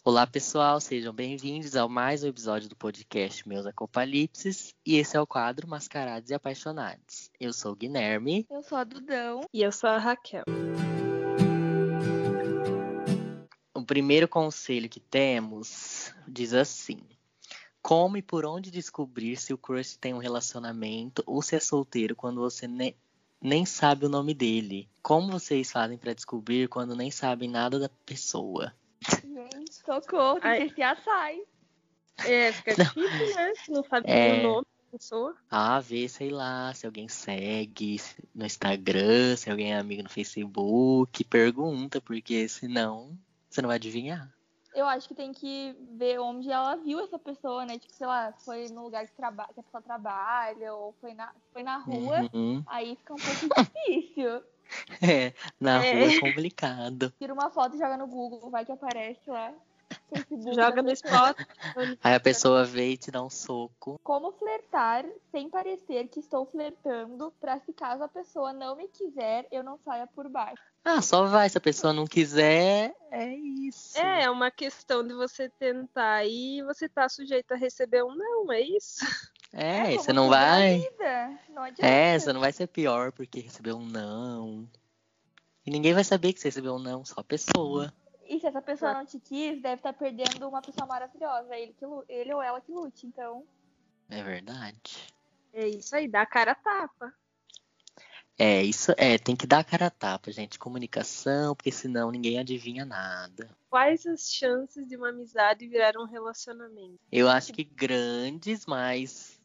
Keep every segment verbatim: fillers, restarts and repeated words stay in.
Olá, pessoal, sejam bem-vindos ao mais um episódio do podcast Meus Acopalipses. E esse é o quadro Mascarados e Apaixonados. Eu sou o Guilherme. Eu sou a Dudão. E eu sou a Raquel. O primeiro conselho que temos diz assim: como e por onde descobrir se o crush tem um relacionamento ou se é solteiro quando você ne- nem sabe o nome dele? Como vocês fazem para descobrir quando nem sabem nada da pessoa? Gente, socorro, tem que ser açaí. É, fica difícil, né? Se não sabe É. o nome da pessoa. Ah, vê, sei lá, se alguém segue no Instagram, se alguém é amigo no Facebook, pergunta, porque senão você não vai adivinhar. Eu acho que tem que ver onde ela viu essa pessoa, né? Tipo, sei lá, foi no lugar que, traba- que a pessoa trabalha, ou foi na, foi na rua, Uhum. aí fica um pouco difícil. É, na É. rua é complicado. Tira uma foto e joga no Google, vai que aparece lá. Facebook Joga da no pessoa. spot. Aí a pessoa vê e te dá um soco. Como flertar sem parecer que estou flertando, pra se caso a pessoa não me quiser, eu não saia por baixo. Ah, só vai, se a pessoa não quiser, é isso. É, é uma questão de você tentar e você tá sujeito a receber um não, é isso? É, como você não tudo na vai. vida, não adianta. É, você não vai ser pior porque recebeu um não. E ninguém vai saber que você recebeu um não, só a pessoa. E se essa pessoa não te quis, deve estar perdendo uma pessoa maravilhosa. Ele, que, lu- ele ou ela que lute, então. É verdade. É isso aí, dá a cara a tapa. É, isso é, tem que dar a cara a tapa, gente. Comunicação, porque senão ninguém adivinha nada. Quais as chances de uma amizade virar um relacionamento? Eu acho que grandes, mas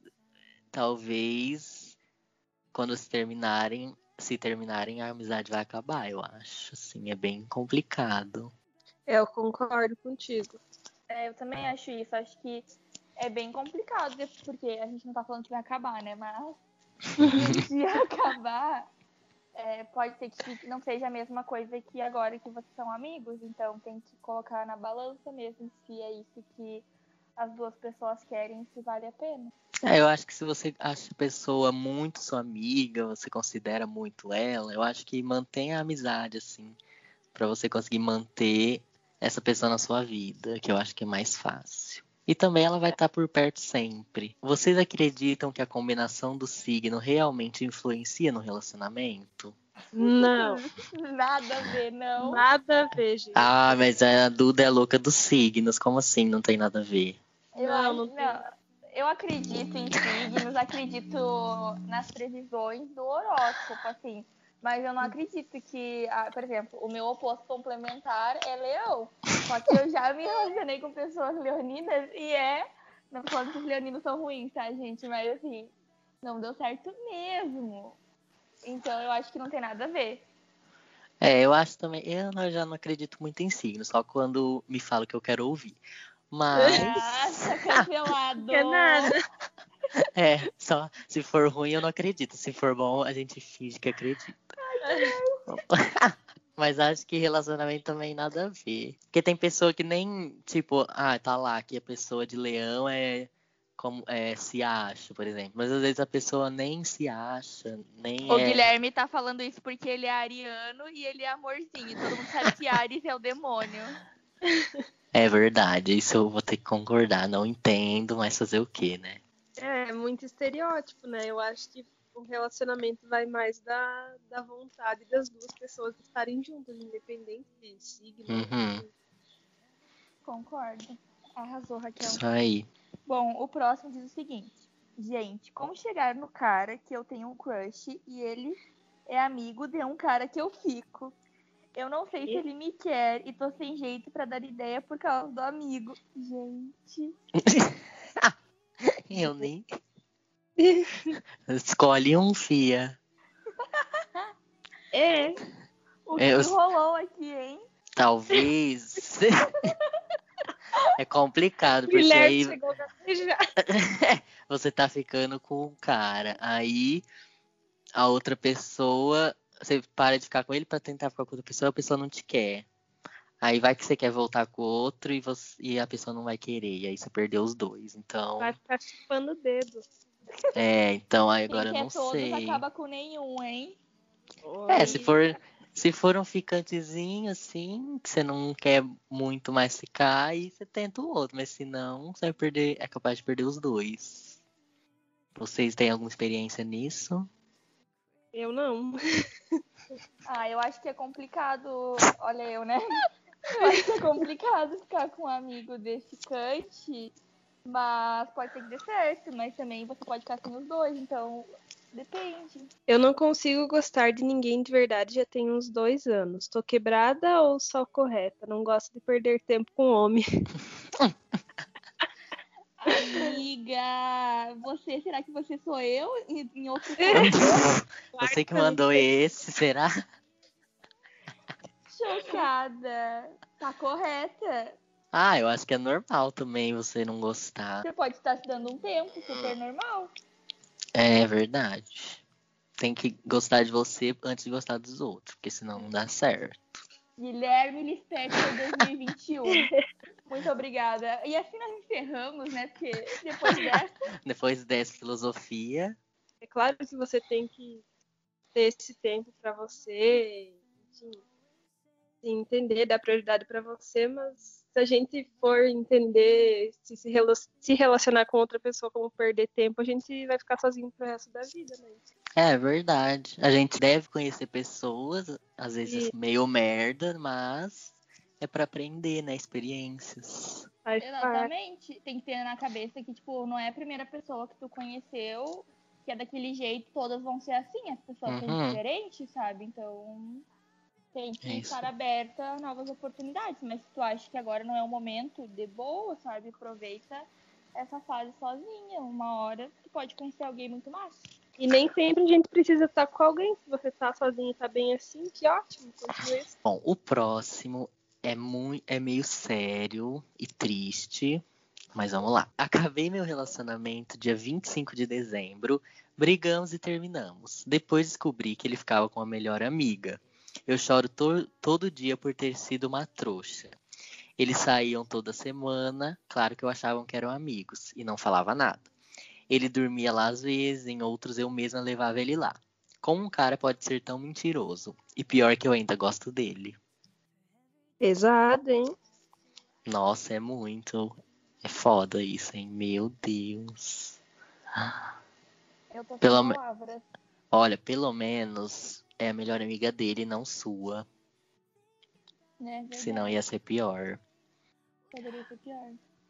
talvez quando se terminarem, se terminarem, a amizade vai acabar, eu acho. Assim, é bem complicado. É, eu concordo contigo. É, eu também acho isso. Acho que é bem complicado, porque a gente não tá falando que vai acabar, né? Mas se acabar, é, pode ser que não seja a mesma coisa que agora que vocês são amigos. Então tem que colocar na balança mesmo se é isso que as duas pessoas querem, se vale a pena. É, eu acho que se você acha a pessoa muito sua amiga, você considera muito ela, eu acho que mantenha a amizade, assim, pra você conseguir manter essa pessoa na sua vida, que eu acho que é mais fácil. E também ela vai estar por perto sempre. Vocês acreditam que a combinação do signo realmente influencia no relacionamento? Não, Nada a ver, não. nada a ver, gente. Ah, mas a Duda é louca dos signos, como assim? Não tem nada a ver. Eu Não, acho, não tem. não, eu acredito em signos, acredito nas previsões do horóscopo, assim. Mas eu não acredito que, ah, por exemplo, o meu oposto complementar é leão. Só que eu já me relacionei com pessoas leoninas e é... Não tô falando que os leoninos são ruins, tá, gente? Mas, assim, não deu certo mesmo. Então, eu acho que não tem nada a ver. É, eu acho também. Eu não- já não acredito muito em signos, só quando me fala que eu quero ouvir. Mas. Nossa, cancelado! Que nada. É, só se for ruim eu não acredito. Se for bom, a gente finge que acredita. Mas acho que relacionamento também nada a ver. Porque tem pessoa que nem, tipo, ah, tá lá que a pessoa de leão é como é, se acha, por exemplo. Mas às vezes a pessoa nem se acha, nem O é. Guilherme tá falando isso porque ele é ariano e ele é amorzinho. Todo mundo sabe que Ares é o demônio. É verdade, isso eu vou ter que concordar. Não entendo, mas fazer o quê, né? É, muito estereótipo, né? Eu acho que o relacionamento vai mais da, da vontade das duas pessoas estarem juntas, independente de signo. Uhum. Concordo. Arrasou, Raquel. Isso aí. Bom, o próximo diz o seguinte. Gente, como chegar no cara que eu tenho um crush e ele é amigo de um cara que eu fico? Eu não sei se ele me quer e tô sem jeito pra dar ideia por causa do amigo. Gente. Eu nem. Escolhe um, fia. É, O É, que eu- rolou aqui, hein? Talvez. É complicado, o porque Guilherme aí chegou a gaguejar. você tá ficando com um cara. Aí a outra pessoa. Você para de ficar com ele pra tentar ficar com outra pessoa, a pessoa não te quer. Aí vai que você quer voltar com o outro e, você, e a pessoa não vai querer. E aí você perdeu os dois. Então. Vai ficar chupando o dedo. É, então aí Quem agora eu quer não todos sei. acaba com nenhum, hein? É, se for, Se for um ficantezinho, assim, que você não quer muito mais ficar, aí você tenta o outro. Mas se não, você vai perder, é capaz de perder os dois. Vocês têm alguma experiência nisso? Eu não. Ah, eu acho que é complicado. Olha eu, né? Eu acho que é complicado ficar com um amigo desse ficante, mas pode ser que dê certo, mas também você pode ficar sem os dois, então depende. Eu não consigo gostar de ninguém de verdade já tem uns dois anos. Tô quebrada ou só correta? Não gosto de perder tempo com homem. Amiga, você, será que você sou eu em, em outro corpo? Você que mandou esse, será? Chocada. Tá correta. Ah, eu acho que é normal também você não gostar. Você pode estar se dando um tempo, super normal. É verdade. Tem que gostar de você antes de gostar dos outros, porque senão não dá certo. Guilherme Lispector dois mil e vinte e um. Muito obrigada. E assim nós encerramos, né? Porque depois dessa. Depois dessa filosofia. É claro que você tem que ter esse tempo pra você, enfim, se entender, dar prioridade pra você, mas se a gente for entender, se, se, rela- se relacionar com outra pessoa como perder tempo, a gente vai ficar sozinho pro resto da vida, né? É verdade. A gente deve conhecer pessoas, às vezes E meio merda, mas é pra aprender, né? Experiências. faz parte. Exatamente. Tem que ter na cabeça que, tipo, não é a primeira pessoa que tu conheceu que é daquele jeito, todas vão ser assim. As pessoas são Uhum. diferentes, sabe? Então tem que É isso. estar aberta a novas oportunidades. Mas se tu acha que agora não é o momento, de boa, sabe? Aproveita essa fase sozinha. Uma hora tu pode conhecer alguém muito massa. E nem sempre a gente precisa estar com alguém. Se você tá sozinho e tá bem assim, que ótimo, continue assim. Bom, o próximo é, muito, é meio sério e triste, mas vamos lá. Acabei meu relacionamento dia vinte e cinco de dezembro, brigamos e terminamos. Depois descobri que ele ficava com a melhor amiga. Eu choro to- todo dia por ter sido uma trouxa. Eles saíam toda semana, claro que eu achavam que eram amigos, e não falava nada. Ele dormia lá às vezes, em outros eu mesma levava ele lá. Como um cara pode ser tão mentiroso? E pior que eu ainda gosto dele. Pesado, hein? Nossa, é muito. É foda isso, hein? Meu Deus. Eu tô sem Pelo me- palavras. Olha, pelo menos é a melhor amiga dele, não sua. Né? Verdade. Senão ia ser pior. Poderia ser pior.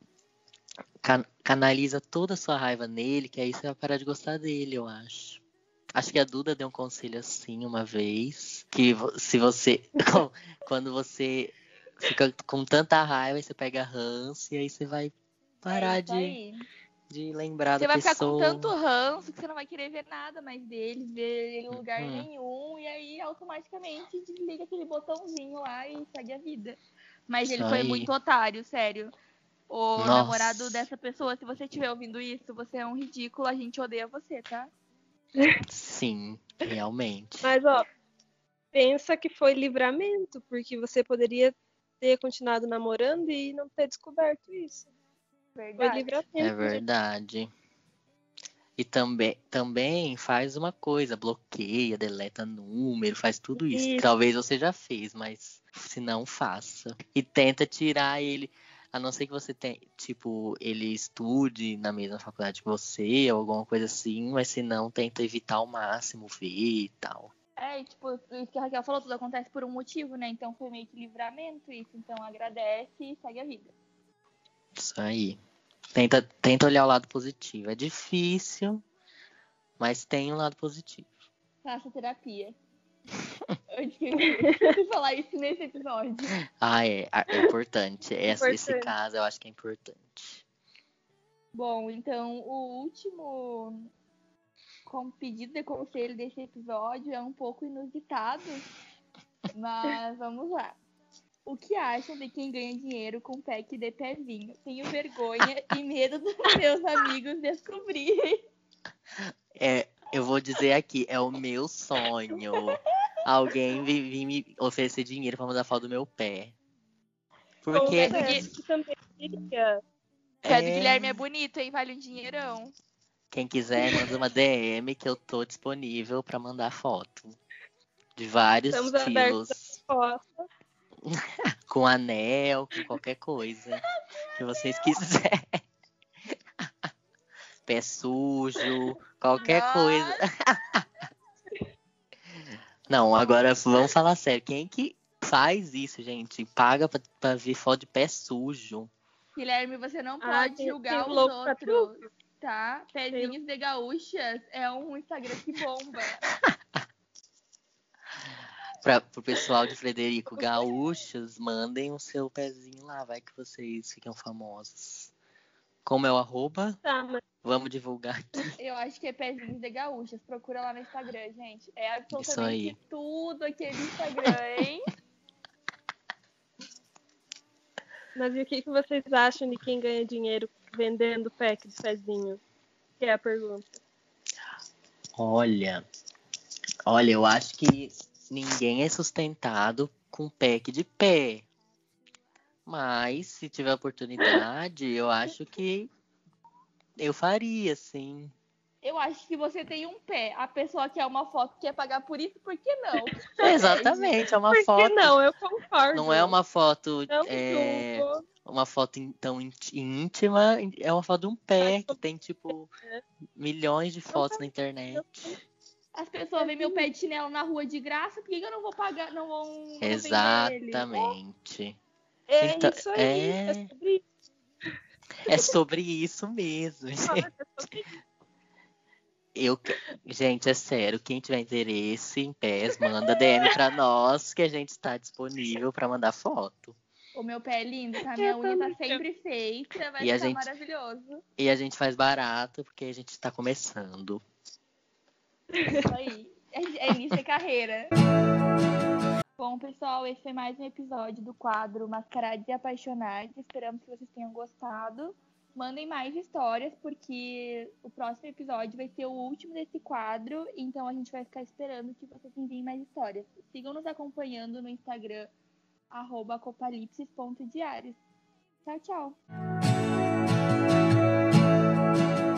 Can- canaliza toda a sua raiva nele, que aí você vai parar de gostar dele, eu acho. Acho que a Duda deu um conselho assim uma vez. Que vo- se você. Quando você fica com tanta raiva, você pega ranço e aí você vai parar É isso de, aí. de lembrar Você da vai ficar com pessoa. tanto ranço que você não vai querer ver nada mais dele, ver ele em lugar Uhum. nenhum, e aí automaticamente desliga aquele botãozinho lá e segue a vida. Mas Isso ele foi aí. muito otário, sério. O Nossa. namorado dessa pessoa, se você estiver ouvindo isso, você é um ridículo, a gente odeia você, tá? Sim, realmente. Mas, ó, pensa que foi livramento, porque você poderia ter continuado namorando e não ter descoberto isso. Foi Verdade. livramento. É né? verdade. E também, também faz uma coisa, bloqueia, deleta número, faz tudo isso. Isso. Talvez você já fez, mas se não, faça. E tenta tirar ele, a não ser que você tenha, tipo, ele estude na mesma faculdade que você, ou alguma coisa assim, mas se não, tenta evitar ao máximo ver e tal. É, e, tipo, isso que a Raquel falou, tudo acontece por um motivo, né? Então foi meio que livramento isso. Então agradece e segue a vida. Isso aí. Tenta, tenta olhar o lado positivo. É difícil, mas tem um lado positivo. Faça terapia. Antes que eu esqueça de falar isso nesse episódio. Ah, é. É importante. Esse, esse Importante. caso eu acho que é importante. Bom, então o último como pedido de conselho desse episódio é um pouco inusitado, mas vamos lá. O que acham de quem ganha dinheiro com pack de pezinho? Tenho vergonha e medo dos meus amigos descobrirem. É, eu vou dizer aqui, é o meu sonho. Alguém vir, vir me oferecer dinheiro pra mandar foto do meu pé. Porque Confesso que também queria. O pé do é, Guilherme é bonito, hein? Vale um dinheirão. quem quiser, manda uma D M que eu tô disponível pra mandar foto. De vários Estamos abertos à estilos. proposta. Com anel, com qualquer coisa que vocês quiserem. Pé sujo, qualquer Nossa. coisa. Não, agora vamos falar sério. Quem que faz isso, gente? Paga pra, pra ver foto de pé sujo. Guilherme, você não Ah, pode tem- julgar tem os louco pra outros, tudo. tá? Pezinhos de gaúchas é um Instagram que bomba. Pra, pro pessoal de Frederico Gaúchos, mandem o seu pezinho lá, vai que vocês ficam famosos. Como é o arroba? Tá, mas Vamos divulgar aqui. Eu acho que é pezinhos de gaúchas. Procura lá no Instagram, gente. É Isso absolutamente aí. tudo aquele Instagram, hein? Mas e o que, que vocês acham de quem ganha dinheiro vendendo pack de pezinho? Que é a pergunta. Olha, olha, eu acho que ninguém é sustentado com pack de pé. Mas se tiver oportunidade, eu acho que eu faria, sim. Eu acho que você tem um pé. A pessoa quer uma foto, quer pagar por isso, por que não? Exatamente, é uma Por que foto. não? Eu concordo. Não é uma foto, Não é, julgo. uma foto in- tão ínt- íntima, é uma foto de um pé que tem tipo milhões de fotos na internet. As pessoas veem meu pé de chinelo na rua de graça, por que que eu não vou pagar, não vou, não vou vender ele? Exatamente. É Então, isso aí. é- É sobre isso. É sobre isso mesmo. É sobre isso. Eu, que- gente, é sério, quem tiver interesse em pés, manda D M pra nós que a gente está disponível pra mandar foto. O meu pé é lindo, tá? Minha Eu unha tá também. sempre feita, vai E a ficar gente- maravilhoso. E a gente faz barato porque a gente tá começando. Isso aí. É, é início de carreira. Bom, pessoal, esse foi mais um episódio do quadro Mascarados e Apaixonados. Esperamos que vocês tenham gostado. Mandem mais histórias, porque o próximo episódio vai ser o último desse quadro. Então a gente vai ficar esperando que vocês enviem mais histórias. Sigam nos acompanhando no Instagram, arroba copalipsis ponto diários. Tchau, tchau.